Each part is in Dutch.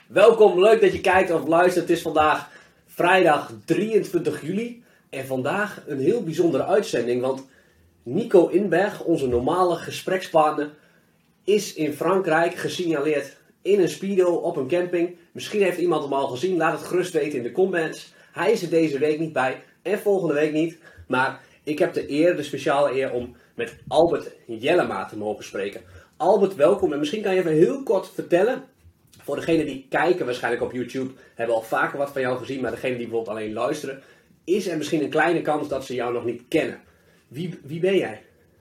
Welkom, leuk dat je kijkt of luistert. Het is vandaag vrijdag 23 juli en vandaag een heel bijzondere uitzending, want Nico Inberg, onze normale gesprekspartner, is in Frankrijk gesignaleerd in een speedo op een camping. Misschien heeft iemand hem al gezien, laat het gerust weten in de comments. Hij is er deze week niet bij en volgende week niet, maar ik heb de speciale eer om met Albert Jellema te mogen spreken. Albert, welkom en misschien kan je even heel kort vertellen. Voor degenen die kijken waarschijnlijk op YouTube, hebben al vaker wat van jou gezien, maar degenen die bijvoorbeeld alleen luisteren, is er misschien een kleine kans dat ze jou nog niet kennen. Wie ben jij?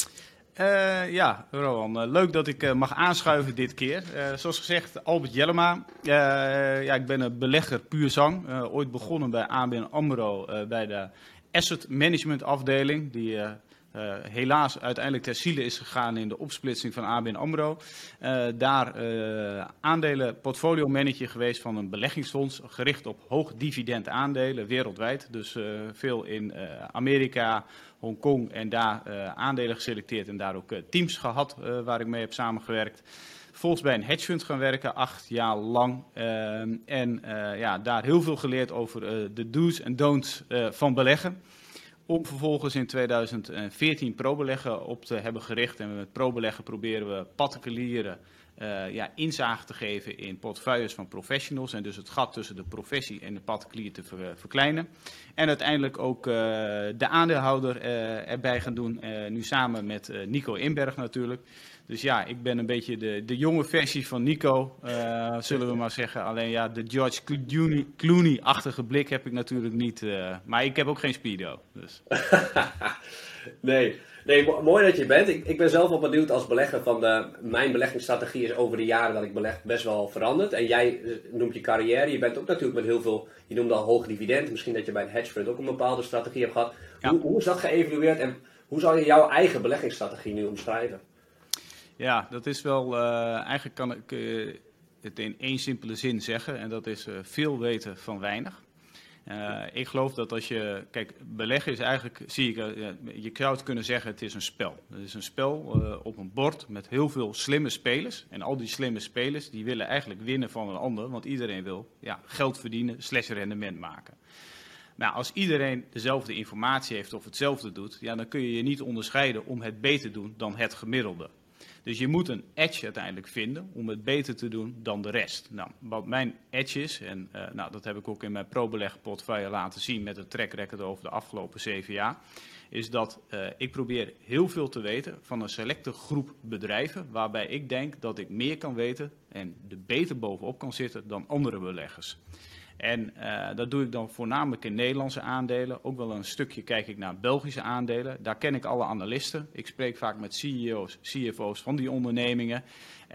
Rowan, leuk dat ik mag aanschuiven dit keer. Zoals gezegd, Albert Jellema. Ik ben een belegger puur zang. Ooit begonnen bij ABN AMRO bij de asset management afdeling, die helaas uiteindelijk ter ziele is gegaan in de opsplitsing van ABN AMRO. Daar aandelen portfolio manager geweest van een beleggingsfonds gericht op hoog dividend aandelen wereldwijd. Dus veel in Amerika, Hongkong en daar aandelen geselecteerd en daar ook teams gehad waar ik mee heb samengewerkt. Vervolgens bij een hedgefund gaan werken, 8 jaar lang. Daar heel veel geleerd over de do's en don'ts van beleggen. Om vervolgens in 2014 ProBeleggen op te hebben gericht. En met ProBeleggen proberen we particulieren inzage te geven in portefeuilles van professionals. En dus het gat tussen de professie en de particulier te verkleinen. En uiteindelijk ook de aandeelhouder erbij gaan doen. Nu samen met Nico Inberg natuurlijk. Dus ja, ik ben een beetje de jonge versie van Nico, zullen we maar zeggen. Alleen ja, de George Clooney-achtige blik heb ik natuurlijk niet. Maar ik heb ook geen speedo. Dus. Nee, mooi dat je bent. Ik ben zelf wel benieuwd als belegger van mijn beleggingsstrategie is over de jaren dat ik beleg best wel veranderd. En jij noemt je carrière. Je bent ook natuurlijk met heel veel, je noemde al hoog dividend. Misschien dat je bij een hedgefund ook een bepaalde strategie hebt gehad. Ja. Hoe is dat geëvalueerd en hoe zou je jouw eigen beleggingsstrategie nu omschrijven? Ja, dat is wel, eigenlijk kan ik het in één simpele zin zeggen en dat is veel weten van weinig. Ik geloof dat als je, kijk, beleggen is eigenlijk, je zou het kunnen zeggen, het is een spel. Het is een spel op een bord met heel veel slimme spelers. En al die slimme spelers, die willen eigenlijk winnen van een ander, want iedereen wil geld verdienen, /rendement maken. Nou, als iedereen dezelfde informatie heeft of hetzelfde doet, dan kun je je niet onderscheiden om het beter te doen dan het gemiddelde. Dus je moet een edge uiteindelijk vinden om het beter te doen dan de rest. Nou, wat mijn edge is, en dat heb ik ook in mijn ProBeleggen portefeuille laten zien met een track record over de afgelopen 7 jaar, is dat ik probeer heel veel te weten van een selecte groep bedrijven waarbij ik denk dat ik meer kan weten en er beter bovenop kan zitten dan andere beleggers. En dat doe ik dan voornamelijk in Nederlandse aandelen. Ook wel een stukje kijk ik naar Belgische aandelen. Daar ken ik alle analisten. Ik spreek vaak met CEO's, CFO's van die ondernemingen.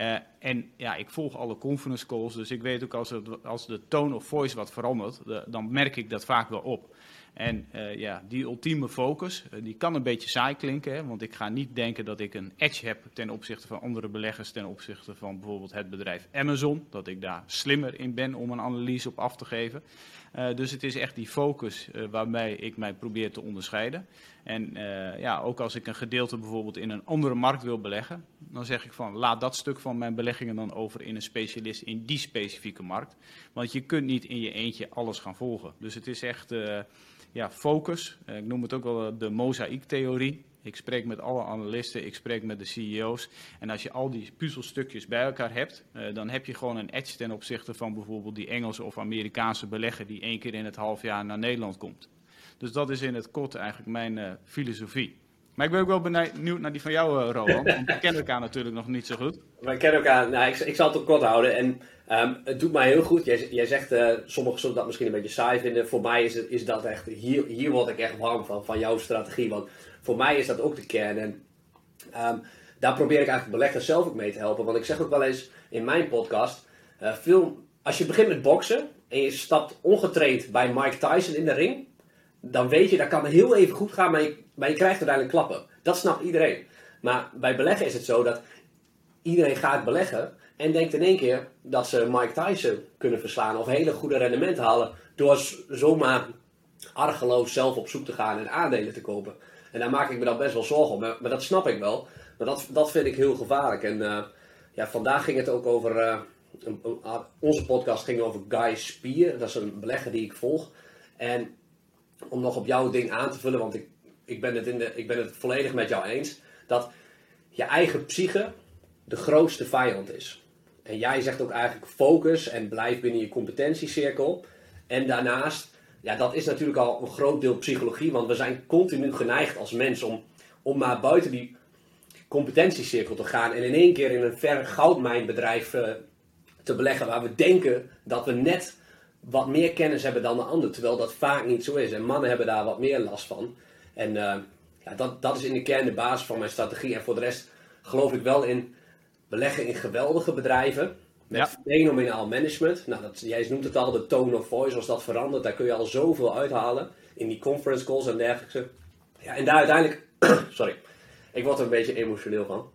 Ik volg alle conference calls. Dus ik weet ook als de tone of voice wat verandert, dan merk ik dat vaak wel op. En die ultieme focus, die kan een beetje saai klinken. Hè, want ik ga niet denken dat ik een edge heb ten opzichte van andere beleggers. Ten opzichte van bijvoorbeeld het bedrijf Amazon. Dat ik daar slimmer in ben om een analyse op af te geven. Dus het is echt die focus waarmee ik mij probeer te onderscheiden. En ook als ik een gedeelte bijvoorbeeld in een andere markt wil beleggen. Dan zeg ik van laat dat stuk van mijn beleggingen dan over in een specialist in die specifieke markt. Want je kunt niet in je eentje alles gaan volgen. Dus het is echt focus. Ik noem het ook wel de mozaïektheorie. Ik spreek met alle analisten, ik spreek met de CEO's. En als je al die puzzelstukjes bij elkaar hebt, dan heb je gewoon een edge ten opzichte van bijvoorbeeld die Engelse of Amerikaanse belegger die 1 keer in het half jaar naar Nederland komt. Dus dat is in het kort eigenlijk mijn filosofie. Maar ik ben ook wel benieuwd naar die van jou, Roland. Want we kennen elkaar natuurlijk nog niet zo goed. We kennen elkaar, ik zal het ook kort houden. En het doet mij heel goed. Jij zegt, sommigen zullen dat misschien een beetje saai vinden. Voor mij is dat echt, hier word ik echt warm van jouw strategie. Want voor mij is dat ook de kern. En daar probeer ik eigenlijk beleggers zelf ook mee te helpen. Want ik zeg ook wel eens in mijn podcast, als je begint met boksen en je stapt ongetraind bij Mike Tyson in de ring, dan weet je, dat kan heel even goed gaan, maar je krijgt uiteindelijk klappen. Dat snapt iedereen. Maar bij beleggen is het zo dat iedereen gaat beleggen en denkt in één keer dat ze Mike Tyson kunnen verslaan of hele goede rendementen halen door zomaar argeloos zelf op zoek te gaan en aandelen te kopen. En daar maak ik me dan best wel zorgen om. Maar dat snap ik wel. Maar dat vind ik heel gevaarlijk. En vandaag ging het ook over onze podcast ging over Guy Spier. Dat is een belegger die ik volg. En om nog op jouw ding aan te vullen, want ik ben het volledig met jou eens. Dat je eigen psyche de grootste vijand is. En jij zegt ook eigenlijk focus en blijf binnen je competentiecirkel. En daarnaast, ja, dat is natuurlijk al een groot deel psychologie. Want we zijn continu geneigd als mens om maar buiten die competentiecirkel te gaan. En in één keer in een ver goudmijnbedrijf te beleggen waar we denken dat we net wat meer kennis hebben dan de ander. Terwijl dat vaak niet zo is. En mannen hebben daar wat meer last van. En dat is in de kern de basis van mijn strategie. En voor de rest geloof ik wel in beleggen in geweldige bedrijven. Met fenomenaal management. Nou, jij noemt het al, de tone of voice. Als dat verandert, daar kun je al zoveel uithalen. In die conference calls en dergelijke. Ja, en daar uiteindelijk... Sorry. Ik word er een beetje emotioneel van.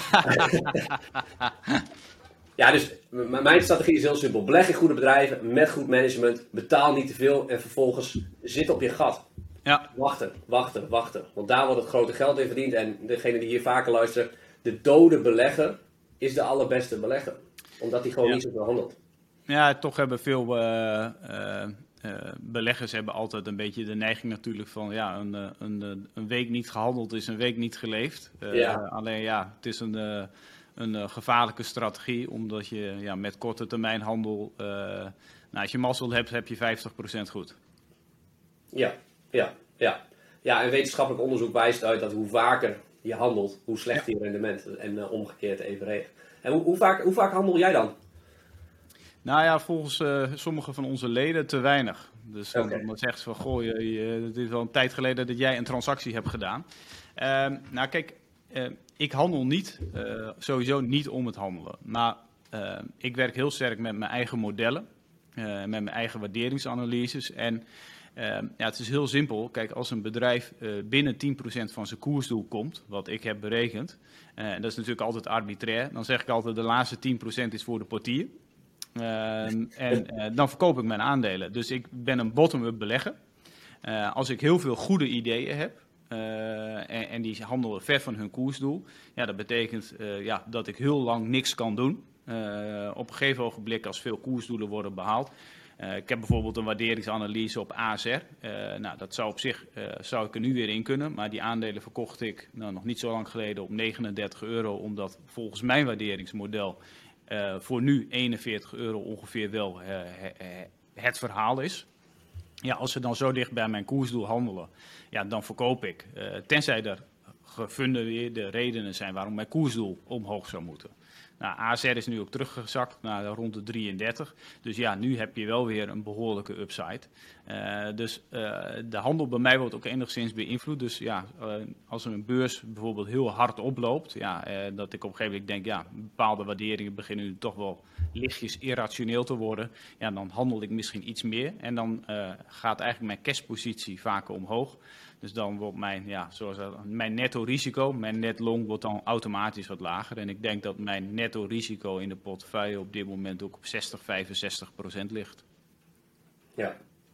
Ja, dus mijn strategie is heel simpel. Beleg in goede bedrijven met goed management. Betaal niet te veel en vervolgens zit op je gat. Ja. Wachten. Want daar wordt het grote geld in verdiend. En degene die hier vaker luisteren, de dode belegger is de allerbeste belegger. Omdat hij gewoon niet zoveel handelt. Ja, toch hebben veel beleggers hebben altijd een beetje de neiging natuurlijk van een week niet gehandeld is een week niet geleefd. Alleen het is een gevaarlijke strategie, omdat je met korte termijn handel, als je mazzel hebt, heb je 50% goed. Ja, en wetenschappelijk onderzoek wijst uit dat hoe vaker je handelt, hoe slechter je rendement en omgekeerd evenredig. En hoe vaak handel jij dan? Nou ja, volgens sommige van onze leden te weinig. Dus dan zegt ze van, het is wel een tijd geleden dat jij een transactie hebt gedaan. Kijk, ik handel niet, sowieso niet om het handelen. Maar ik werk heel sterk met mijn eigen modellen, met mijn eigen waarderingsanalyses. En het is heel simpel. Kijk, als een bedrijf binnen 10% van zijn koersdoel komt, wat ik heb berekend, en dat is natuurlijk altijd arbitrair, dan zeg ik altijd de laatste 10% is voor de portier. Dan verkoop ik mijn aandelen. Dus ik ben een bottom-up belegger. Als ik heel veel goede ideeën heb en die handelen ver van hun koersdoel, dat betekent dat ik heel lang niks kan doen. Op een gegeven ogenblik, als veel koersdoelen worden behaald. Ik heb bijvoorbeeld een waarderingsanalyse op ASR. Dat zou op zich zou ik er nu weer in kunnen. Maar die aandelen verkocht ik nog niet zo lang geleden op €39. Omdat volgens mijn waarderingsmodel voor nu €41 ongeveer wel het verhaal is. Ja, als ze dan zo dicht bij mijn koersdoel handelen, dan verkoop ik. Tenzij er gefundeerde redenen zijn waarom mijn koersdoel omhoog zou moeten. Nou, ASR is nu ook teruggezakt naar rond de 33. Dus nu heb je wel weer een behoorlijke upside. De handel bij mij wordt ook enigszins beïnvloed. Dus als een beurs bijvoorbeeld heel hard oploopt, dat ik op een gegeven moment denk, bepaalde waarderingen beginnen nu toch wel lichtjes irrationeel te worden. Ja, dan handel ik misschien iets meer en dan gaat eigenlijk mijn cashpositie vaker omhoog. Dus dan wordt mijn netto risico, mijn net long wordt dan automatisch wat lager. En ik denk dat mijn netto risico in de portefeuille op dit moment ook op 60-65% ligt. Ja.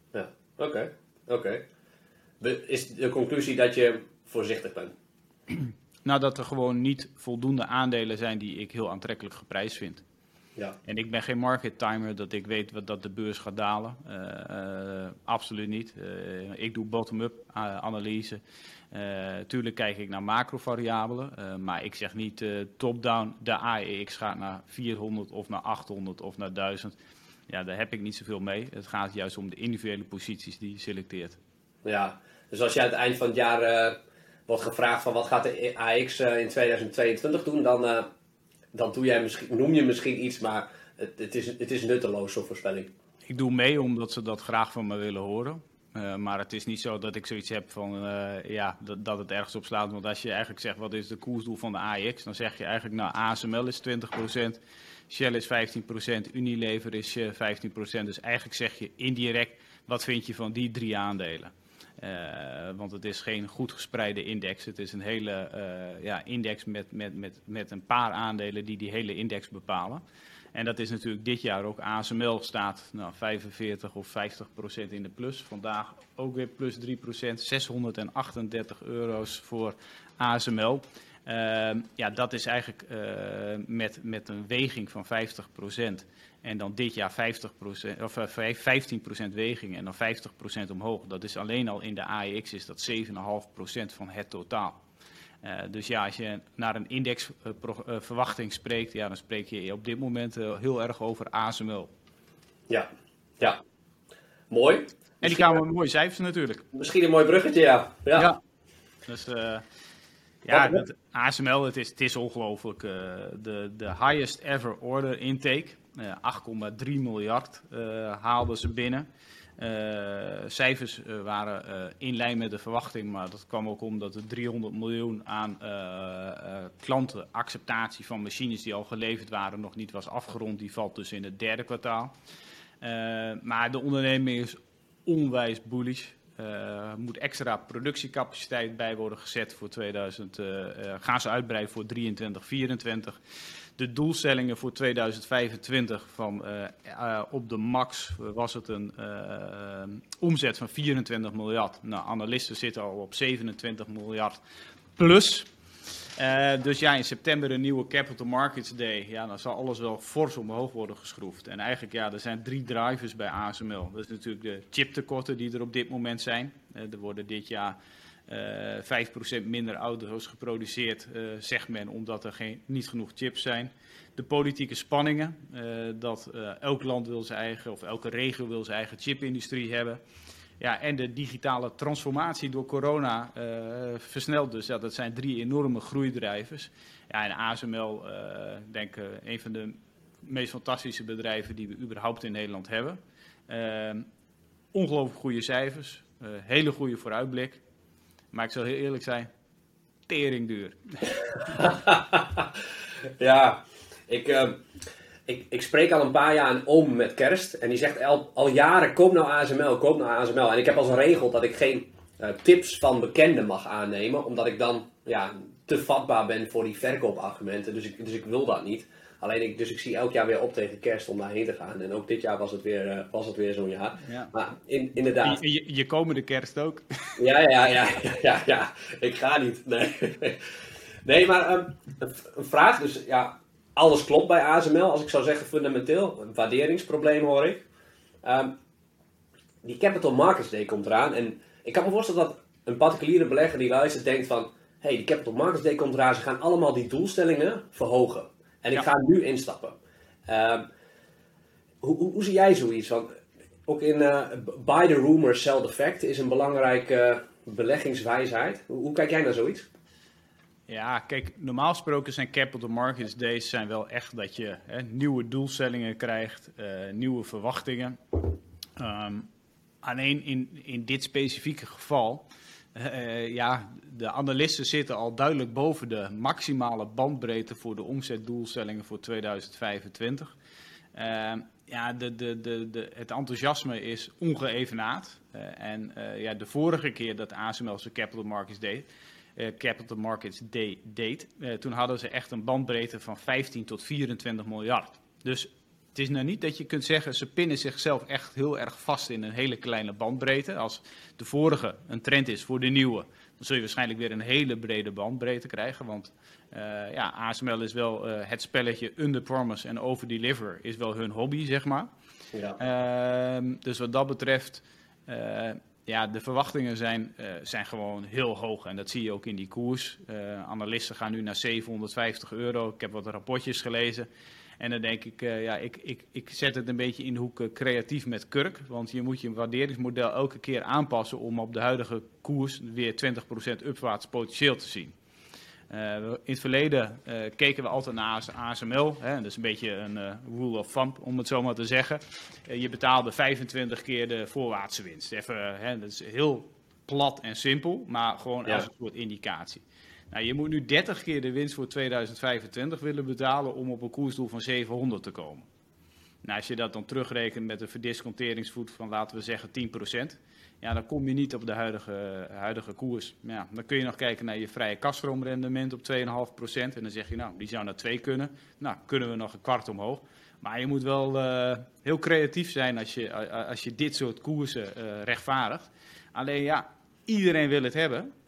Oké. Is de conclusie dat je voorzichtig bent? Nou, dat er gewoon niet voldoende aandelen zijn die ik heel aantrekkelijk geprijsd vind. Ja. En ik ben geen market timer dat ik weet dat de beurs gaat dalen. Absoluut niet. Ik doe bottom-up analyse. Tuurlijk kijk ik naar macrovariabelen. Maar ik zeg niet top-down, de AEX gaat naar 400 of naar 800 of naar 1000. Ja, daar heb ik niet zoveel mee. Het gaat juist om de individuele posities die je selecteert. Ja, dus als je aan het eind van het jaar wordt gevraagd van wat gaat de AEX in 2022 doen, dan noem je misschien iets, maar het is nutteloos, zo'n voorspelling. Ik doe mee omdat ze dat graag van me willen horen. Maar het is niet zo dat ik zoiets heb van dat het ergens op slaat. Want als je eigenlijk zegt wat is de koersdoel van de AEX, dan zeg je eigenlijk ASML is 20%, Shell is 15%, Unilever is 15%. Dus eigenlijk zeg je indirect wat vind je van die 3 aandelen. Want het is geen goed gespreide index. Het is een hele index met een paar aandelen die hele index bepalen. En dat is natuurlijk dit jaar ook. ASML staat 45 of 50% in de plus. Vandaag ook weer plus 3%, €638 voor ASML. Ja, dat is eigenlijk met een weging van 50%. En dan dit jaar 50%, of 15% weging en dan 50% omhoog. Dat is alleen al in de AEX is dat 7,5% van het totaal. Dus ja, als je naar een indexverwachting spreekt, ja, dan spreek je op dit moment heel erg over ASML. Ja, ja. Mooi. En die kwamen mooie cijfers natuurlijk. Misschien een mooi bruggetje, ja. Ja. Dus ja, dat ASML, het is ongelooflijk. De highest ever order intake. 8,3 miljard haalden ze binnen. Cijfers waren in lijn met de verwachting, maar dat kwam ook omdat er 300 miljoen aan klantenacceptatie van machines die al geleverd waren nog niet was afgerond. Die valt dus in het derde kwartaal. Maar de onderneming is onwijs bullish. Moet extra productiecapaciteit bij worden gezet voor 2000. Gaan ze uitbreiden voor 23, 24. De doelstellingen voor 2025 van op de max was het een omzet van 24 miljard. Nou, analisten zitten al op 27 miljard plus. Dus ja, in september een nieuwe Capital Markets Day. Ja, dan zal alles wel fors omhoog worden geschroefd. En eigenlijk, ja, er zijn 3 drivers bij ASML. Dat is natuurlijk de chiptekorten die er op dit moment zijn. Er worden dit jaar 5% minder auto's geproduceerd, zegt men, omdat er niet genoeg chips zijn. De politieke spanningen, dat elk land wil zijn eigen, of elke regio wil zijn eigen chipindustrie hebben. Ja, en de digitale transformatie door corona versnelt dus. Ja, dat zijn 3 enorme groeidrijvers. Ja, en ASML, denk ik, een van de meest fantastische bedrijven die we überhaupt in Nederland hebben. Ongelooflijk goede cijfers, hele goede vooruitblik. Maar ik zal heel eerlijk zijn, tering duur. Ja, ik spreek al een paar jaar een oom met kerst. En die zegt al jaren, koop nou ASML, koop nou ASML. En ik heb als een regel dat ik geen tips van bekenden mag aannemen. Omdat ik dan te vatbaar ben voor die verkoopargumenten. Dus ik wil dat niet. Alleen ik zie elk jaar weer op tegen kerst om daarheen te gaan. En ook dit jaar was het weer zo'n jaar. Ja. Maar inderdaad. Je komende kerst ook. Ja. Ik ga niet. Nee, maar een vraag. Dus ja, alles klopt bij ASML. Als ik zou zeggen fundamenteel. Een waarderingsprobleem hoor ik. Die Capital Markets Day komt eraan. En ik kan me voorstellen dat een particuliere belegger die luistert denkt van... Hey, die Capital Markets Day komt eraan. Ze gaan allemaal die doelstellingen verhogen. En ik ga nu instappen. Hoe zie jij zoiets? Want ook in buy the rumor, sell the fact is een belangrijke beleggingswijsheid. Hoe kijk jij naar zoiets? Ja, kijk, normaal gesproken zijn Capital Markets Days zijn wel echt dat je nieuwe doelstellingen krijgt, nieuwe verwachtingen. Alleen in dit specifieke geval... de analisten zitten al duidelijk boven de maximale bandbreedte voor de omzetdoelstellingen voor 2025. Het enthousiasme is ongeëvenaard. De vorige keer dat ASML zijn Capital Markets Day deed, toen hadden ze echt een bandbreedte van 15 tot 24 miljard. Dus het is nou niet dat je kunt zeggen, ze pinnen zichzelf echt heel erg vast in een hele kleine bandbreedte. Als de vorige een trend is voor de nieuwe, dan zul je waarschijnlijk weer een hele brede bandbreedte krijgen. Want ASML is wel het spelletje underpromise en overdeliver is wel hun hobby, zeg maar. Ja. Dus wat dat betreft, de verwachtingen zijn gewoon heel hoog. En dat zie je ook in die koers. Analisten gaan nu naar €750. Ik heb wat rapportjes gelezen. En dan denk ik, ik zet het een beetje in de hoek creatief met kurk. Want je moet je waarderingsmodel elke keer aanpassen om op de huidige koers weer 20% upwaarts potentieel te zien. In het verleden keken we altijd naar ASML. Dat is een beetje een rule of thumb, om het zo maar te zeggen. Je betaalde 25 keer de voorwaartse winst. Even, dat is heel plat en simpel, maar gewoon als een soort indicatie. Nou, je moet nu 30 keer de winst voor 2025 willen betalen om op een koersdoel van 700 te komen. Nou, als je dat dan terugrekent met een verdisconteringsvoet van, laten we zeggen, 10%, dan kom je niet op de huidige koers. Ja, dan kun je nog kijken naar je vrije kasstroomrendement op 2,5%. En dan zeg je, nou, die zou naar 2 kunnen. Nou, kunnen we nog een kwart omhoog. Maar je moet wel heel creatief zijn als je dit soort koersen rechtvaardigt. Alleen iedereen wil het hebben.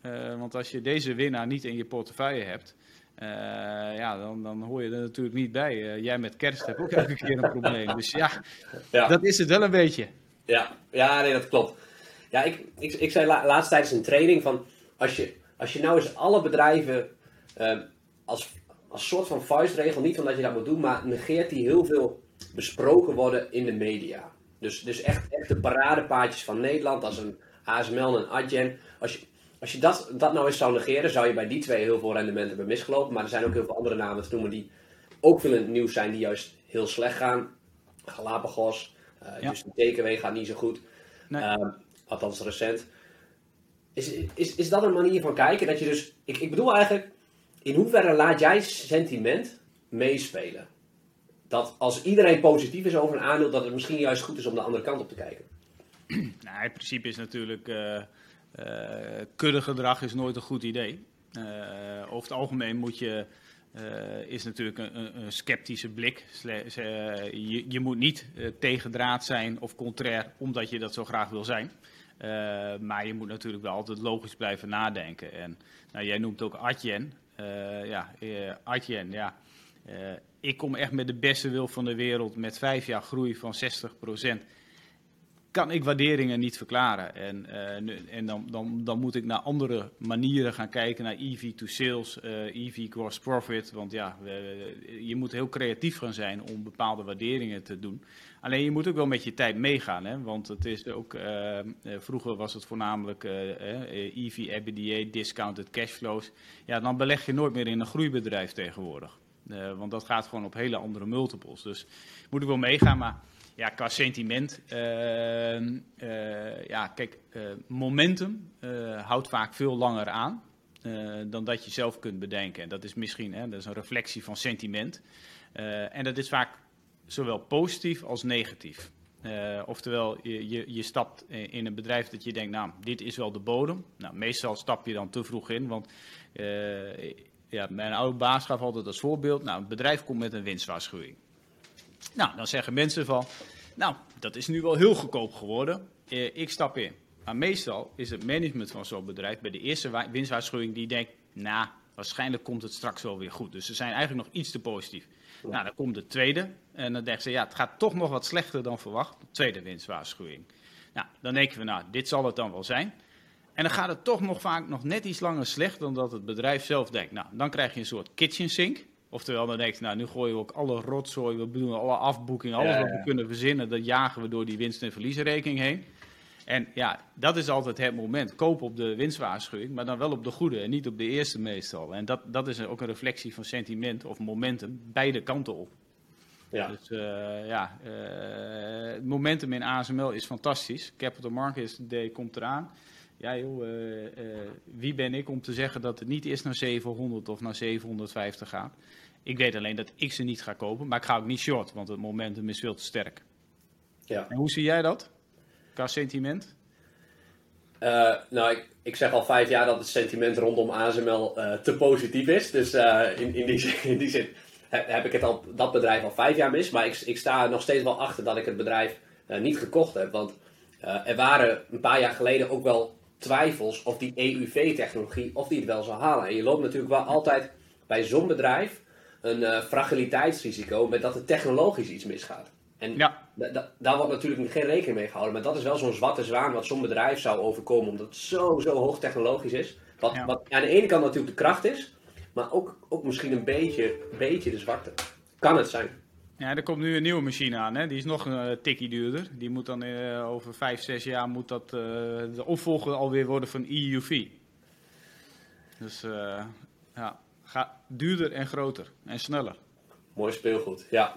Want als je deze winnaar niet in je portefeuille hebt, dan hoor je er natuurlijk niet bij. Jij met kerst hebt ook elke keer een probleem. Dus dat is het wel een beetje. Ja, nee, dat klopt. Ja, ik zei laatst tijdens een training van, als je nou eens alle bedrijven als soort van vuistregel, niet omdat je dat moet doen, maar negeert die heel veel besproken worden in de media. Dus echt de paradepaadjes van Nederland, als een ASML en een Adyen. Als je dat nou eens zou negeren, zou je bij die twee heel veel rendement hebben misgelopen. Maar er zijn ook heel veel andere namen te noemen die ook veel in het nieuws zijn, die juist heel slecht gaan. Galapagos, dus de TKW gaat niet zo goed. Nee. Althans recent. Is dat een manier van kijken? Dat je dus, ik bedoel eigenlijk, in hoeverre laat jij sentiment meespelen? Dat als iedereen positief is over een aandeel, dat het misschien juist goed is om de andere kant op te kijken. Nou, in principe is natuurlijk kuddegedrag is nooit een goed idee. Over het algemeen is natuurlijk een sceptische blik. Je moet niet tegendraad zijn of contrair omdat je dat zo graag wil zijn. Maar je moet natuurlijk wel altijd logisch blijven nadenken. En jij noemt ook Adyen. Adyen, ik kom echt met de beste wil van de wereld met 5 jaar groei van 60%. Kan ik waarderingen niet verklaren. En dan moet ik naar andere manieren gaan kijken, naar EV to sales, EV gross profit. Want je moet heel creatief gaan zijn om bepaalde waarderingen te doen. Alleen je moet ook wel met je tijd meegaan. Hè? Want het is ook, vroeger was het voornamelijk EV, EBITDA, discounted cashflows. Ja, dan beleg je nooit meer in een groeibedrijf tegenwoordig. Want dat gaat gewoon op hele andere multiples. Dus moet ik wel meegaan, maar qua sentiment. Momentum houdt vaak veel langer aan dan dat je zelf kunt bedenken. En dat is misschien dat is een reflectie van sentiment. En dat is vaak zowel positief als negatief. Oftewel, je stapt in een bedrijf dat je denkt, nou, dit is wel de bodem. Nou, meestal stap je dan te vroeg in, want mijn oude baas gaf altijd als voorbeeld, nou, het bedrijf komt met een winstwaarschuwing. Nou, dan zeggen mensen van, nou, dat is nu wel heel goedkoop geworden, ik stap in. Maar meestal is het management van zo'n bedrijf bij de eerste winstwaarschuwing die denkt, nou, waarschijnlijk komt het straks wel weer goed. Dus ze zijn eigenlijk nog iets te positief. Ja. Nou, dan komt de tweede en dan denken ze, het gaat toch nog wat slechter dan verwacht. De tweede winstwaarschuwing. Nou, dan denken we, nou, dit zal het dan wel zijn. En dan gaat het toch nog vaak nog net iets langer slecht dan dat het bedrijf zelf denkt. Nou, dan krijg je een soort kitchen sink. Oftewel, dan denk je, nou, nu gooien we ook alle rotzooi, we doen alle afboekingen, alles wat we kunnen verzinnen, dat jagen we door die winst- en verliezenrekening heen. En dat is altijd het moment. Koop op de winstwaarschuwing, maar dan wel op de goede en niet op de eerste meestal. En dat is ook een reflectie van sentiment of momentum, beide kanten op. Ja. Dus het momentum in ASML is fantastisch. Capital Markets Day komt eraan. Ja joh, wie ben ik om te zeggen dat het niet eerst naar 700 of naar 750 gaat. Ik weet alleen dat ik ze niet ga kopen, maar ik ga ook niet short, want het momentum is veel te sterk. Ja. En hoe zie jij dat? Qua sentiment? Ik zeg al 5 jaar dat het sentiment rondom ASML te positief is. Dus in die zin heb ik dat bedrijf al 5 jaar mis. Maar ik sta er nog steeds wel achter dat ik het bedrijf niet gekocht heb. Want er waren een paar jaar geleden ook wel twijfels of die EUV-technologie, of die het wel zou halen. En je loopt natuurlijk wel altijd bij zo'n bedrijf een fragiliteitsrisico met dat er technologisch iets misgaat. En daar wordt natuurlijk geen rekening mee gehouden. Maar dat is wel zo'n zwarte zwaan wat zo'n bedrijf zou overkomen. Omdat het zo hoog technologisch is. Wat aan de ene kant natuurlijk de kracht is. Maar ook misschien een beetje de zwakte. Kan het zijn. Ja, er komt nu een nieuwe machine aan. Hè? Die is nog een tikkie duurder. Die moet dan over 5-6 jaar moet dat de opvolger alweer worden van EUV. Dus gaat duurder en groter. En sneller. Mooi speelgoed. Ja.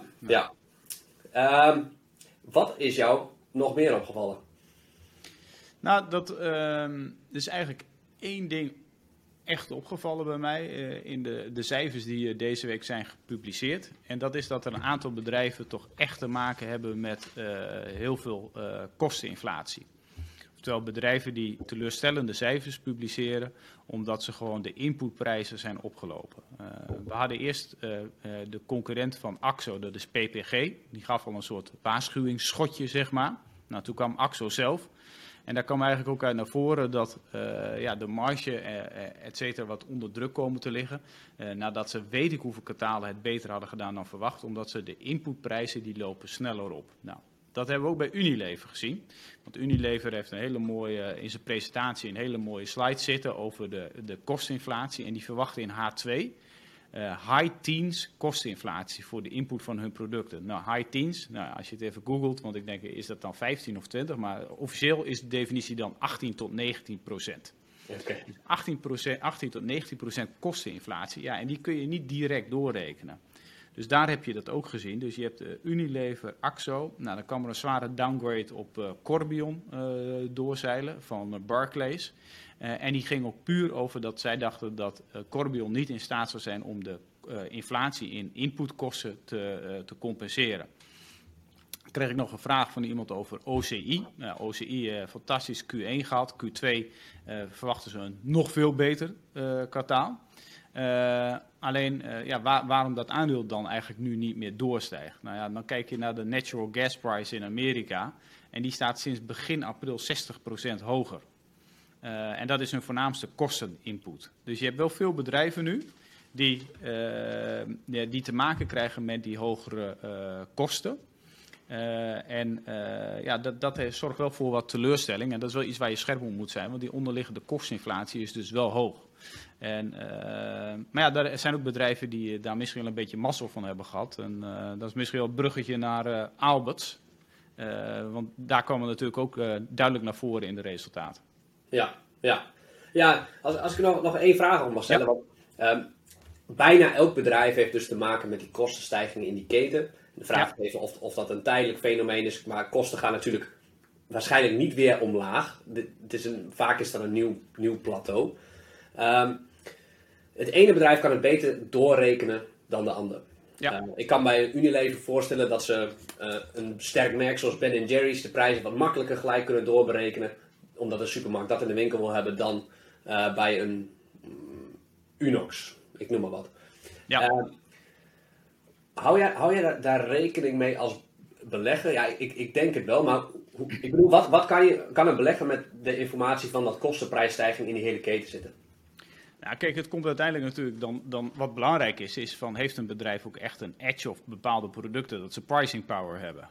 Wat is jou nog meer opgevallen? Nou, dat is eigenlijk 1 ding echt opgevallen bij mij in de cijfers die deze week zijn gepubliceerd. En dat is dat er een aantal bedrijven toch echt te maken hebben met heel veel kosteninflatie. Oftewel bedrijven die teleurstellende cijfers publiceren omdat ze gewoon de inputprijzen zijn opgelopen. We hadden eerst de concurrent van Akzo, dat is PPG. Die gaf al een soort waarschuwingsschotje, zeg maar. Nou, toen kwam Akzo zelf. En daar kwam eigenlijk ook uit naar voren dat de marge, et cetera, wat onder druk komen te liggen. Nadat ze weet ik hoeveel kwartalen het beter hadden gedaan dan verwacht, omdat ze de inputprijzen die lopen sneller op. Nou, dat hebben we ook bij Unilever gezien. Want Unilever heeft een hele mooie, in zijn presentatie een hele mooie slide zitten over de kosteninflatie. En die verwachten in H2 high teens kosteninflatie voor de input van hun producten. Nou, high teens, als je het even googelt, want ik denk, is dat dan 15 of 20? Maar officieel is de definitie dan 18 tot 19%. Okay. Dus 18 tot 19% kosteninflatie, ja, en die kun je niet direct doorrekenen. Dus daar heb je dat ook gezien. Dus je hebt Unilever, Axo. Nou, dan kwam er een zware downgrade op Corbion doorzeilen van Barclays. En die ging ook puur over dat zij dachten dat Corbion niet in staat zou zijn om de inflatie in inputkosten te compenseren. Dan kreeg ik nog een vraag van iemand over OCI. Nou, OCI, fantastisch Q1 gehad. Q2 verwachten ze een nog veel beter kwartaal. Alleen, waarom dat aandeel dan eigenlijk nu niet meer doorstijgt? Nou ja, dan kijk je naar de natural gas price in Amerika. En die staat sinds begin april 60% hoger. En dat is hun voornaamste kosteninput. Dus je hebt wel veel bedrijven nu die te maken krijgen met die hogere kosten. Dat zorgt wel voor wat teleurstelling. En dat is wel iets waar je scherp op moet zijn, want die onderliggende kosteninflatie is dus wel hoog. Maar er zijn ook bedrijven die daar misschien wel een beetje mazzel van hebben gehad. En dat is misschien wel een bruggetje naar Aalberts. Want daar komen natuurlijk ook duidelijk naar voren in de resultaten. Ja, als ik nog één vraag op mag stellen. Ja. Want, bijna elk bedrijf heeft dus te maken met die kostenstijgingen in die keten. De vraag is even of dat een tijdelijk fenomeen is, maar kosten gaan natuurlijk waarschijnlijk niet weer omlaag. Vaak is dat een nieuw plateau. Het ene bedrijf kan het beter doorrekenen dan de ander. Ja. Ik kan bij Unilever voorstellen dat ze een sterk merk zoals Ben & Jerry's de prijzen wat makkelijker gelijk kunnen doorberekenen, omdat een supermarkt dat in de winkel wil hebben, dan bij een Unox. Ik noem maar wat. Ja. Hou jij daar rekening mee als belegger? Ja, ik denk het wel, maar ik bedoel, wat kan een belegger met de informatie van dat kostenprijsstijging in die hele keten zitten? Nou, kijk, het komt uiteindelijk natuurlijk dan wat belangrijk is van heeft een bedrijf ook echt een edge of bepaalde producten, dat ze pricing power hebben.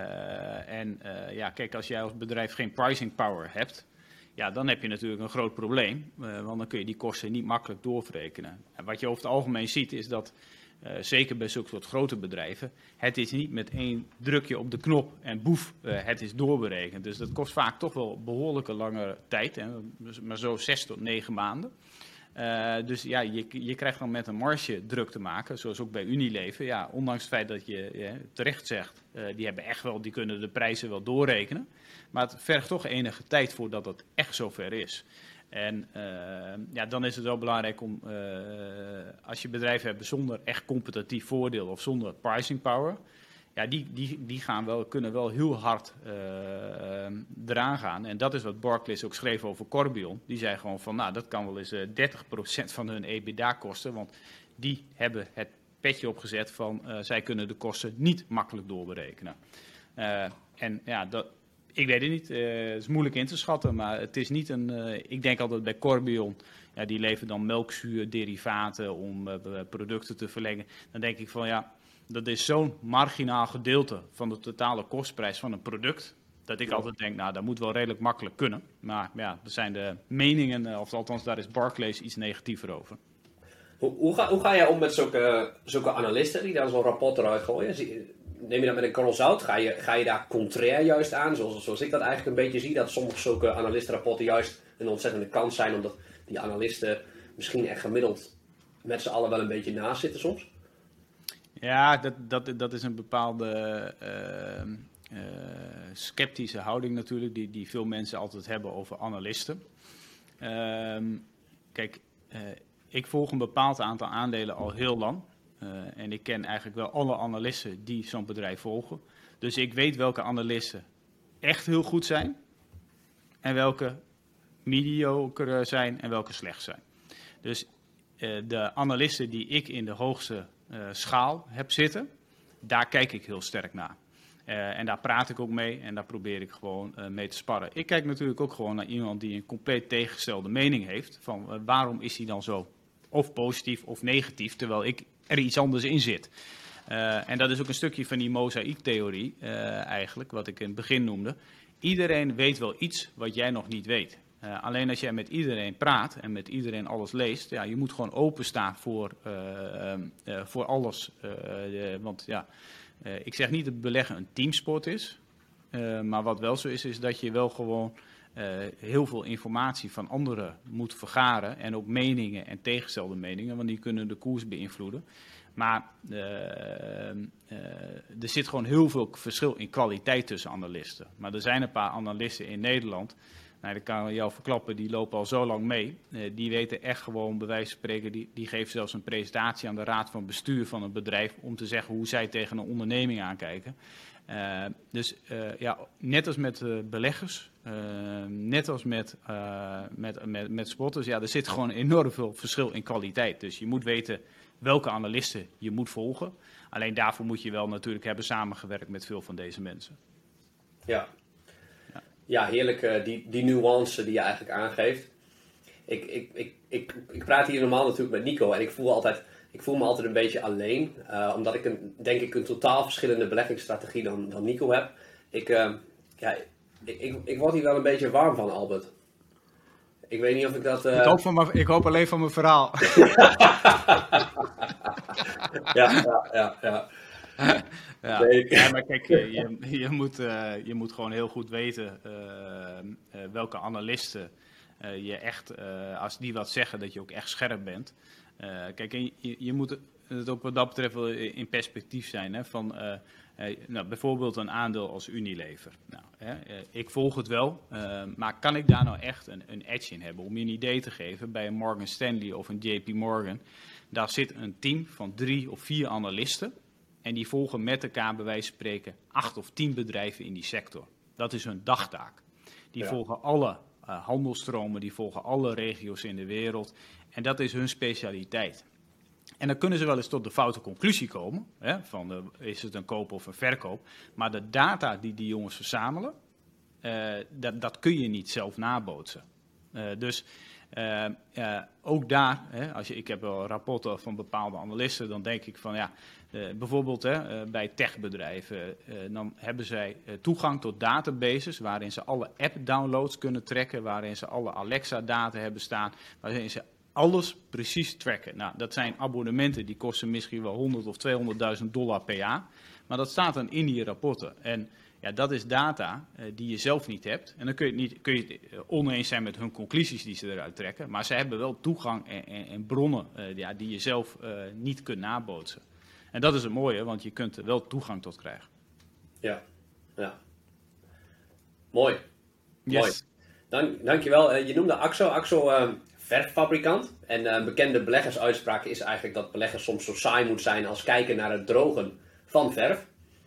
Kijk, als jij als bedrijf geen pricing power hebt, ja, dan heb je natuurlijk een groot probleem, want dan kun je die kosten niet makkelijk doorverrekenen. En wat je over het algemeen ziet is dat, zeker bij zulke soort grote bedrijven, het is niet met één drukje op de knop en boef, het is doorberekend. Dus dat kost vaak toch wel behoorlijke lange tijd, hè, maar zo 6 tot 9 maanden. Dus ja, je krijgt dan met een marge druk te maken, zoals ook bij Unilever. Ja, ondanks het feit dat je terecht zegt, die kunnen de prijzen wel doorrekenen. Maar het vergt toch enige tijd voordat het echt zover is. En dan is het wel belangrijk om, als je bedrijven hebt zonder echt competitief voordeel of zonder pricing power, ja, die kunnen wel heel hard eraan gaan. En dat is wat Barclays ook schreef over Corbion. Die zei gewoon van, nou, dat kan wel eens 30% van hun EBITDA kosten. Want die hebben het petje opgezet van, zij kunnen de kosten niet makkelijk doorberekenen. Ik weet het niet, het is moeilijk in te schatten, maar het is niet ik denk altijd bij Corbion, ja, die leveren dan melkzuurderivaten om producten te verlengen. Dan denk ik van, ja, dat is zo'n marginaal gedeelte van de totale kostprijs van een product, dat ik altijd denk, nou, dat moet wel redelijk makkelijk kunnen. Maar ja, er zijn de meningen, of althans daar is Barclays iets negatiever over. Hoe ga jij om met zulke analisten die dan zo'n rapport eruit gooien? Neem je dat met een korrel zout? Ga je daar contrair juist aan? Zoals ik dat eigenlijk een beetje zie, dat sommige zulke analistenrapporten juist een ontzettende kans zijn, omdat die analisten misschien echt gemiddeld met z'n allen wel een beetje naast zitten soms? Ja, dat is een bepaalde sceptische houding natuurlijk, die veel mensen altijd hebben over analisten. Ik volg een bepaald aantal aandelen al heel lang. En ik ken eigenlijk wel alle analisten die zo'n bedrijf volgen. Dus ik weet welke analisten echt heel goed zijn en welke mediocre zijn en welke slecht zijn. Dus de analisten die ik in de hoogste schaal heb zitten, daar kijk ik heel sterk naar. En daar praat ik ook mee en daar probeer ik gewoon mee te sparren. Ik kijk natuurlijk ook gewoon naar iemand die een compleet tegengestelde mening heeft. Van waarom is hij dan zo of positief of negatief, terwijl ik er iets anders in zit. En dat is ook een stukje van die mozaïektheorie eigenlijk, wat ik in het begin noemde. Iedereen weet wel iets wat jij nog niet weet. Alleen als jij met iedereen praat en met iedereen alles leest, ja, je moet gewoon openstaan voor alles. Want ja, ik zeg niet dat beleggen een teamsport is, maar wat wel zo is dat je wel gewoon heel veel informatie van anderen moet vergaren en ook meningen en tegengestelde meningen, want die kunnen de koers beïnvloeden. Maar er zit gewoon heel veel verschil in kwaliteit tussen analisten. Maar er zijn een paar analisten in Nederland, nou, dat kan ik jou verklappen, die lopen al zo lang mee. Die weten echt gewoon, bij wijze van spreken, die geven zelfs een presentatie aan de raad van bestuur van een bedrijf om te zeggen hoe zij tegen een onderneming aankijken. Dus net als met beleggers, net als met sporters, ja, er zit gewoon enorm veel verschil in kwaliteit. Dus je moet weten welke analisten je moet volgen. Alleen daarvoor moet je wel natuurlijk hebben samengewerkt met veel van deze mensen. Ja, heerlijk die nuance die je eigenlijk aangeeft. Ik praat hier normaal natuurlijk met Nico en ik voel me altijd een beetje alleen. Omdat ik denk ik een totaal verschillende beleggingsstrategie dan Nico heb. Ik word hier wel een beetje warm van, Albert. Ik weet niet of ik dat... Ik hoop alleen van mijn verhaal. Ja. Ja, maar kijk, je moet gewoon heel goed weten welke analisten je echt, als die wat zeggen, dat je ook echt scherp bent. Kijk, en je moet het ook wat dat betreft wel in perspectief zijn. Hè, van, bijvoorbeeld een aandeel als Unilever. Nou, ik volg het wel, maar kan ik daar nou echt een edge in hebben? Om je een idee te geven, bij een Morgan Stanley of een JP Morgan, daar zit een team van 3 of 4 analisten. En die volgen met elkaar, bij wijze van spreken, 8 of 10 bedrijven in die sector. Dat is hun dagtaak. Die volgen alle handelstromen, die volgen alle regio's in de wereld. En dat is hun specialiteit. En dan kunnen ze wel eens tot de foute conclusie komen. Hè, van is het een koop of een verkoop. Maar de data die die jongens verzamelen, dat kun je niet zelf nabootsen. Dus ook daar, ik heb wel rapporten van bepaalde analisten, dan denk ik van ja, bijvoorbeeld bij techbedrijven, dan hebben zij toegang tot databases waarin ze alle app-downloads kunnen tracken, waarin ze alle Alexa-data hebben staan, waarin ze alles precies tracken. Nou, dat zijn abonnementen die kosten misschien wel $100.000 of $200.000 per jaar, maar dat staat dan in die rapporten. En ja, dat is data die je zelf niet hebt. En dan kun je het oneens zijn met hun conclusies die ze eruit trekken. Maar ze hebben wel toegang en bronnen die je zelf niet kunt nabootsen. En dat is het mooie, want je kunt er wel toegang tot krijgen. Ja. Mooi. Yes. Mooi. Dankjewel. Je noemde Axo verffabrikant. En een bekende beleggersuitspraak is eigenlijk dat beleggen soms zo saai moet zijn als kijken naar het drogen van verf.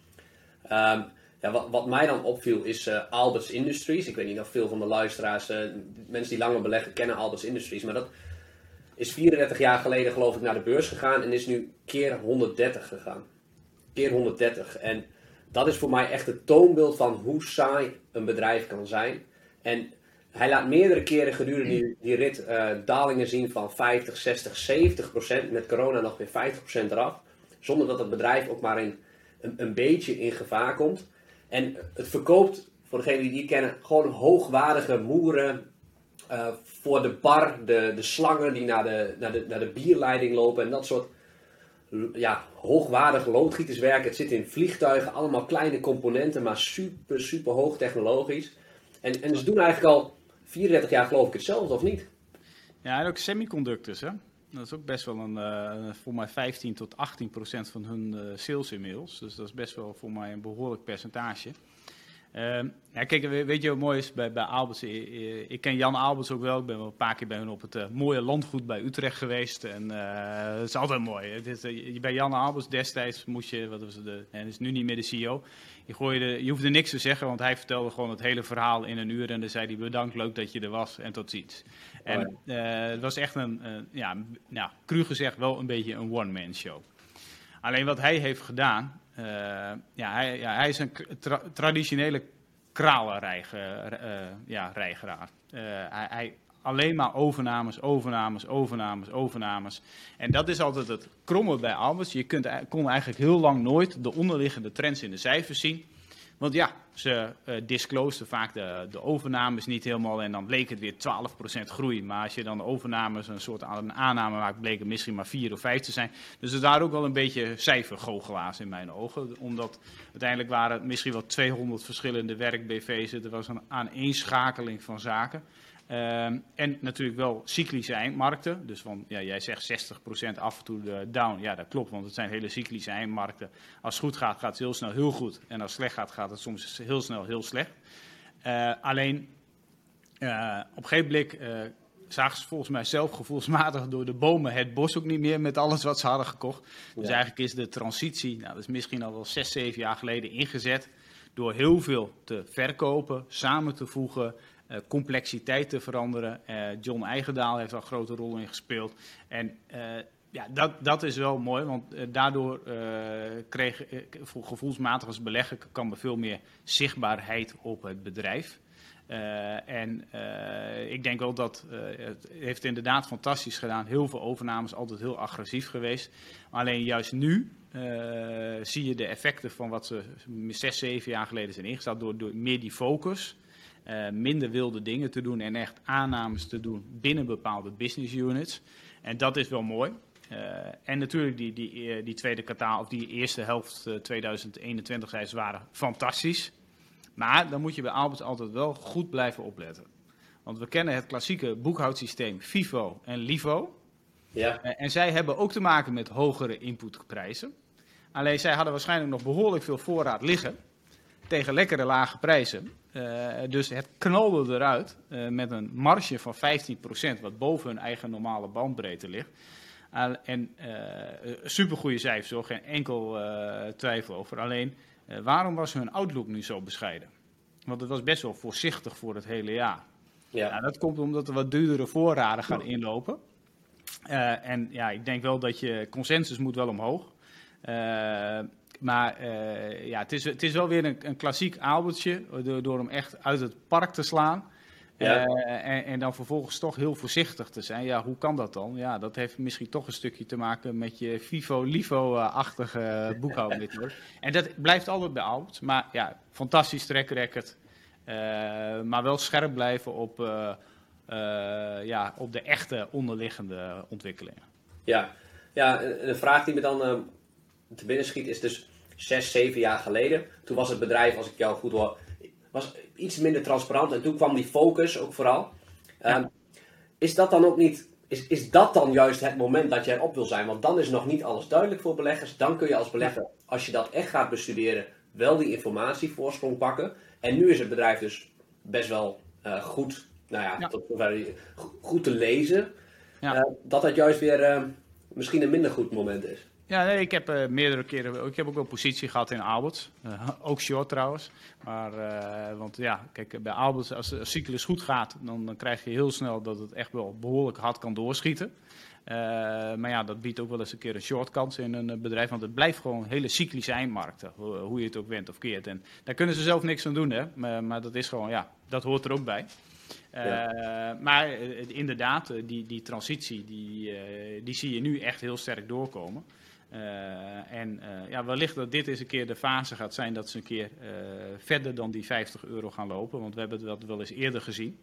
Wat mij dan opviel is Aalberts Industries. Ik weet niet of veel van de luisteraars, mensen die langer beleggen, kennen Aalberts Industries. Maar dat is 34 jaar geleden geloof ik naar de beurs gegaan en is nu keer 130 gegaan. Keer 130. En dat is voor mij echt het toonbeeld van hoe saai een bedrijf kan zijn. En hij laat meerdere keren gedurende die rit dalingen zien van 50, 60, 70%. Met corona nog weer 50% eraf. Zonder dat het bedrijf ook maar een beetje in gevaar komt. En het verkoopt, voor degenen die het kennen, gewoon hoogwaardige moeren voor de bar, de slangen die naar de bierleiding lopen en dat soort hoogwaardig loodgieterswerk. Het zit in vliegtuigen, allemaal kleine componenten, maar super hoog technologisch. En ze doen eigenlijk al 34 jaar geloof ik hetzelfde, of niet? Ja, en ook semiconductors, hè? Dat is ook best wel voor mij 15-18% van hun sales inmiddels. Dus dat is best wel voor mij een behoorlijk percentage. Kijk, weet je wat mooi is bij Aalberts? Ik ken Jan Aalberts ook wel. Ik ben wel een paar keer bij hun op het mooie landgoed bij Utrecht geweest. En het is altijd mooi. Bij Jan Aalberts destijds moest je, en is nu niet meer de CEO. Je hoefde niks te zeggen, want hij vertelde gewoon het hele verhaal in een uur. En dan zei hij bedankt, leuk dat je er was en tot ziens. En het was echt cru gezegd wel een beetje een one-man show. Alleen wat hij heeft gedaan, hij is een traditionele kralenreigeraar. Hij alleen maar overnames. En dat is altijd het kromme bij Aalberts. Je kon eigenlijk heel lang nooit de onderliggende trends in de cijfers zien. Want ja, ze disclosen vaak de overnames niet helemaal en dan bleek het weer 12% groei. Maar als je dan de overnames een soort aanname maakt, bleek het misschien maar 4 of 5 te zijn. Dus er daar ook wel een beetje cijfergoochelaars in mijn ogen. Omdat uiteindelijk waren het misschien wel 200 verschillende werk-BV's. Er was een aaneenschakeling van zaken. En natuurlijk wel cyclische eindmarkten. Dus jij zegt 60% af en toe down. Ja, dat klopt, want het zijn hele cyclische eindmarkten. Als het goed gaat, gaat het heel snel heel goed. En als het slecht gaat, gaat het soms heel snel heel slecht. Alleen, op een gegeven blik zagen ze volgens mij zelf gevoelsmatig door de bomen het bos ook niet meer met alles wat ze hadden gekocht. Dus eigenlijk is de transitie, dat is misschien al wel 6, 7 jaar geleden ingezet. Door heel veel te verkopen, samen te voegen, complexiteit te veranderen. John Eigendaal heeft daar een grote rol in gespeeld. En dat is wel mooi, want daardoor gevoelsmatig als belegger kan er veel meer zichtbaarheid op het bedrijf. Ik denk wel dat het heeft inderdaad fantastisch gedaan. Heel veel overnames, altijd heel agressief geweest. Alleen juist nu zie je de effecten van wat ze 6, 7 jaar geleden zijn ingesteld door meer die focus. Minder wilde dingen te doen en echt aannames te doen binnen bepaalde business units. En dat is wel mooi. En natuurlijk die tweede kwartaal of die eerste helft 2021 waren fantastisch. Maar dan moet je bij Aalberts altijd wel goed blijven opletten. Want we kennen het klassieke boekhoudsysteem FIFO en LIFO. Ja. En zij hebben ook te maken met hogere inputprijzen. Alleen zij hadden waarschijnlijk nog behoorlijk veel voorraad liggen tegen lekkere lage prijzen. Dus het knalde eruit met een marge van 15%, wat boven hun eigen normale bandbreedte ligt. Supergoeie cijfers, hoor, geen enkel twijfel over. Alleen, waarom was hun outlook nu zo bescheiden? Want het was best wel voorzichtig voor het hele jaar. Ja. Nou, dat komt omdat er wat duurdere voorraden gaan inlopen. Ik denk wel dat je consensus moet wel omhoog. Het is wel weer een klassiek Aalbertje door hem echt uit het park te slaan. Ja. En dan vervolgens toch heel voorzichtig te zijn. Ja, hoe kan dat dan? Ja, dat heeft misschien toch een stukje te maken met je FIFO-LIFO-achtige boekhoudmethode. En dat blijft altijd bij Aalberts. Maar ja, fantastisch track record. Maar wel scherp blijven op de echte onderliggende ontwikkelingen. Ja, een vraag die me dan te binnen schiet is dus 6, 7 jaar geleden. Toen was het bedrijf, als ik jou goed hoor, was iets minder transparant. En toen kwam die focus ook vooral. Ja. Is dat dan ook niet... Is dat dan juist het moment dat je erop wil zijn? Want dan is nog niet alles duidelijk voor beleggers. Dan kun je als belegger, als je dat echt gaat bestuderen, wel die informatievoorsprong pakken. En nu is het bedrijf dus best wel goed, goed te lezen. Ja. Dat het juist weer misschien een minder goed moment is. Ja, nee, ik heb meerdere keren, ik heb ook wel positie gehad in Aalberts. Ook short trouwens. Maar, kijk, bij Aalberts, als de cyclus goed gaat, dan krijg je heel snel dat het echt wel behoorlijk hard kan doorschieten. Maar ja, dat biedt ook wel eens een keer een shortkans in een bedrijf. Want het blijft gewoon hele cyclische eindmarkten, hoe je het ook went of keert. En daar kunnen ze zelf niks aan doen, hè. Maar dat is gewoon, dat hoort er ook bij. Maar inderdaad, die transitie, die zie je nu echt heel sterk doorkomen. Wellicht dat dit eens een keer de fase gaat zijn dat ze een keer verder dan die €50 gaan lopen. Want we hebben dat wel eens eerder gezien.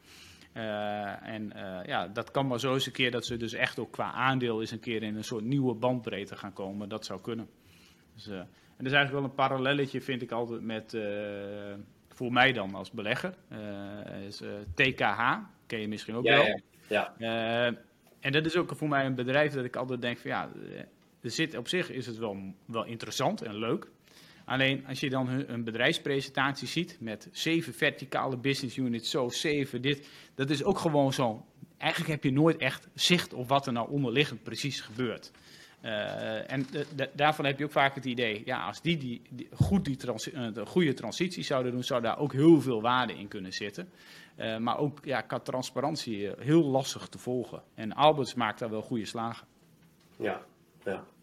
Dat kan maar zo eens een keer dat ze dus echt ook qua aandeel eens een keer in een soort nieuwe bandbreedte gaan komen. Dat zou kunnen. Dus, en er is eigenlijk wel een parallelletje, vind ik altijd, met, voor mij dan als belegger. TKH, ken je misschien ook wel. Ja. En dat is ook voor mij een bedrijf dat ik altijd denk van op zich is het wel interessant en leuk. Alleen als je dan een bedrijfspresentatie ziet met 7 verticale business units, 7 dit. Dat is ook gewoon zo. Eigenlijk heb je nooit echt zicht op wat er nou onderliggend precies gebeurt. Daarvan heb je ook vaak het idee, als die goede transitie zouden doen, zou daar ook heel veel waarde in kunnen zitten. Maar ook qua transparantie heel lastig te volgen. En Aalberts maakt daar wel goede slagen. Ja,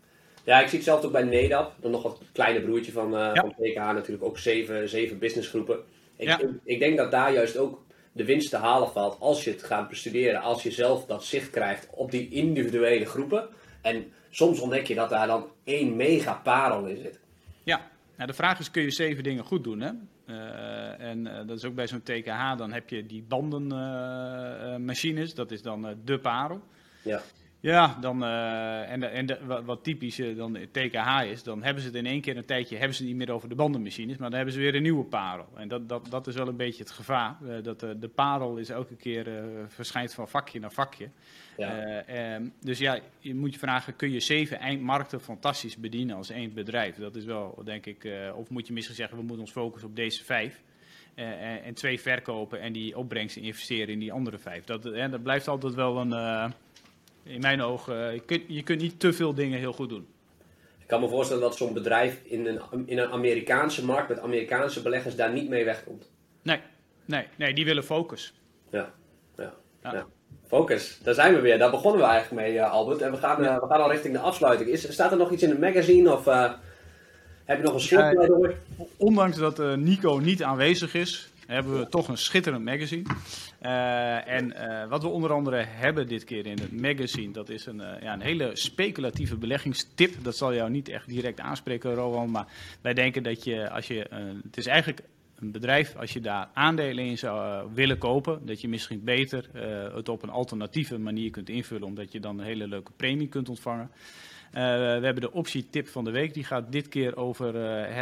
Ja, ik zie het zelf ook bij NEDAP, dan nog wat kleine broertje van TKH natuurlijk, ook 7 businessgroepen. Ik denk dat daar juist ook de winst te halen valt als je het gaat bestuderen, als je zelf dat zicht krijgt op die individuele groepen. En soms ontdek je dat daar dan 1 mega parel in zit. Ja, nou, de vraag is, kun je 7 dingen goed doen? Hè? Dat is ook bij zo'n TKH, dan heb je die bandenmachines, dat is dan de parel. Ja. Ja, dan, wat typisch dan TKH is, dan hebben ze het in één keer een tijdje, hebben ze het niet meer over de bandenmachines, maar dan hebben ze weer een nieuwe parel. En dat is wel een beetje het gevaar, dat de parel is elke keer verschijnt van vakje naar vakje. Ja. Dus ja, je moet je vragen, kun je 7 eindmarkten fantastisch bedienen als één bedrijf? Dat is wel, denk ik, of moet je misschien zeggen, we moeten ons focussen op deze 5. En 2 verkopen en die opbrengsten investeren in die andere 5. Dat blijft altijd wel een... in mijn ogen, je kunt niet te veel dingen heel goed doen. Ik kan me voorstellen dat zo'n bedrijf in een Amerikaanse markt met Amerikaanse beleggers daar niet mee wegkomt. Nee, die willen focus. Ja. Focus, daar zijn we weer. Daar begonnen we eigenlijk mee, Albert. En we gaan al richting de afsluiting. Staat er nog iets in het magazine of heb je nog een slotpleidooi? Ondanks dat Nico niet aanwezig is, hebben we toch een schitterend magazine. Wat we onder andere hebben dit keer in het magazine, dat is een hele speculatieve beleggingstip. Dat zal jou niet echt direct aanspreken, Rowan, maar wij denken dat het is eigenlijk een bedrijf, als je daar aandelen in zou willen kopen, dat je misschien beter het op een alternatieve manier kunt invullen, omdat je dan een hele leuke premie kunt ontvangen. We hebben de optietip van de week, die gaat dit keer over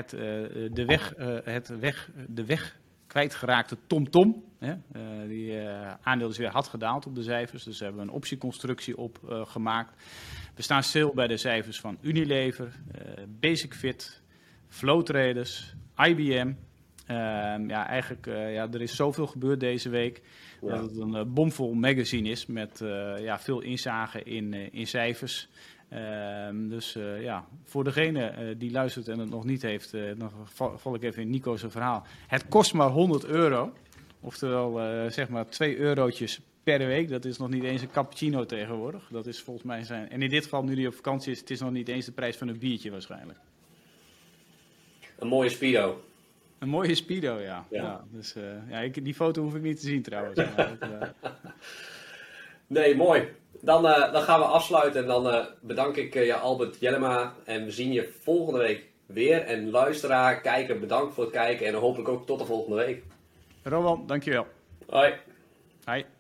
de weg kwijtgeraakte TomTom. Die aandeel is weer hard gedaald op de cijfers, dus daar hebben we een optieconstructie op gemaakt. We staan stil bij de cijfers van Unilever, Basic-Fit, Flow Traders, IBM. Er is zoveel gebeurd deze week dat het een bomvol magazine is met veel inzage in cijfers. Voor degene die luistert en het nog niet heeft, dan val ik even in Nico's verhaal. Het kost maar €100, oftewel zeg maar €2 per week. Dat is nog niet eens een cappuccino tegenwoordig. Dat is volgens mij en in dit geval, nu die op vakantie is, het is nog niet eens de prijs van een biertje waarschijnlijk. Een mooie Speedo. Een mooie Speedo, ja. Dus die foto hoef ik niet te zien trouwens. Nee, mooi. Dan gaan we afsluiten en dan bedank ik je Albert Jellema en we zien je volgende week weer. En luisteraar, kijker, bedankt voor het kijken en hopelijk ook tot de volgende week. Rowan, dankjewel. Hoi. Hoi.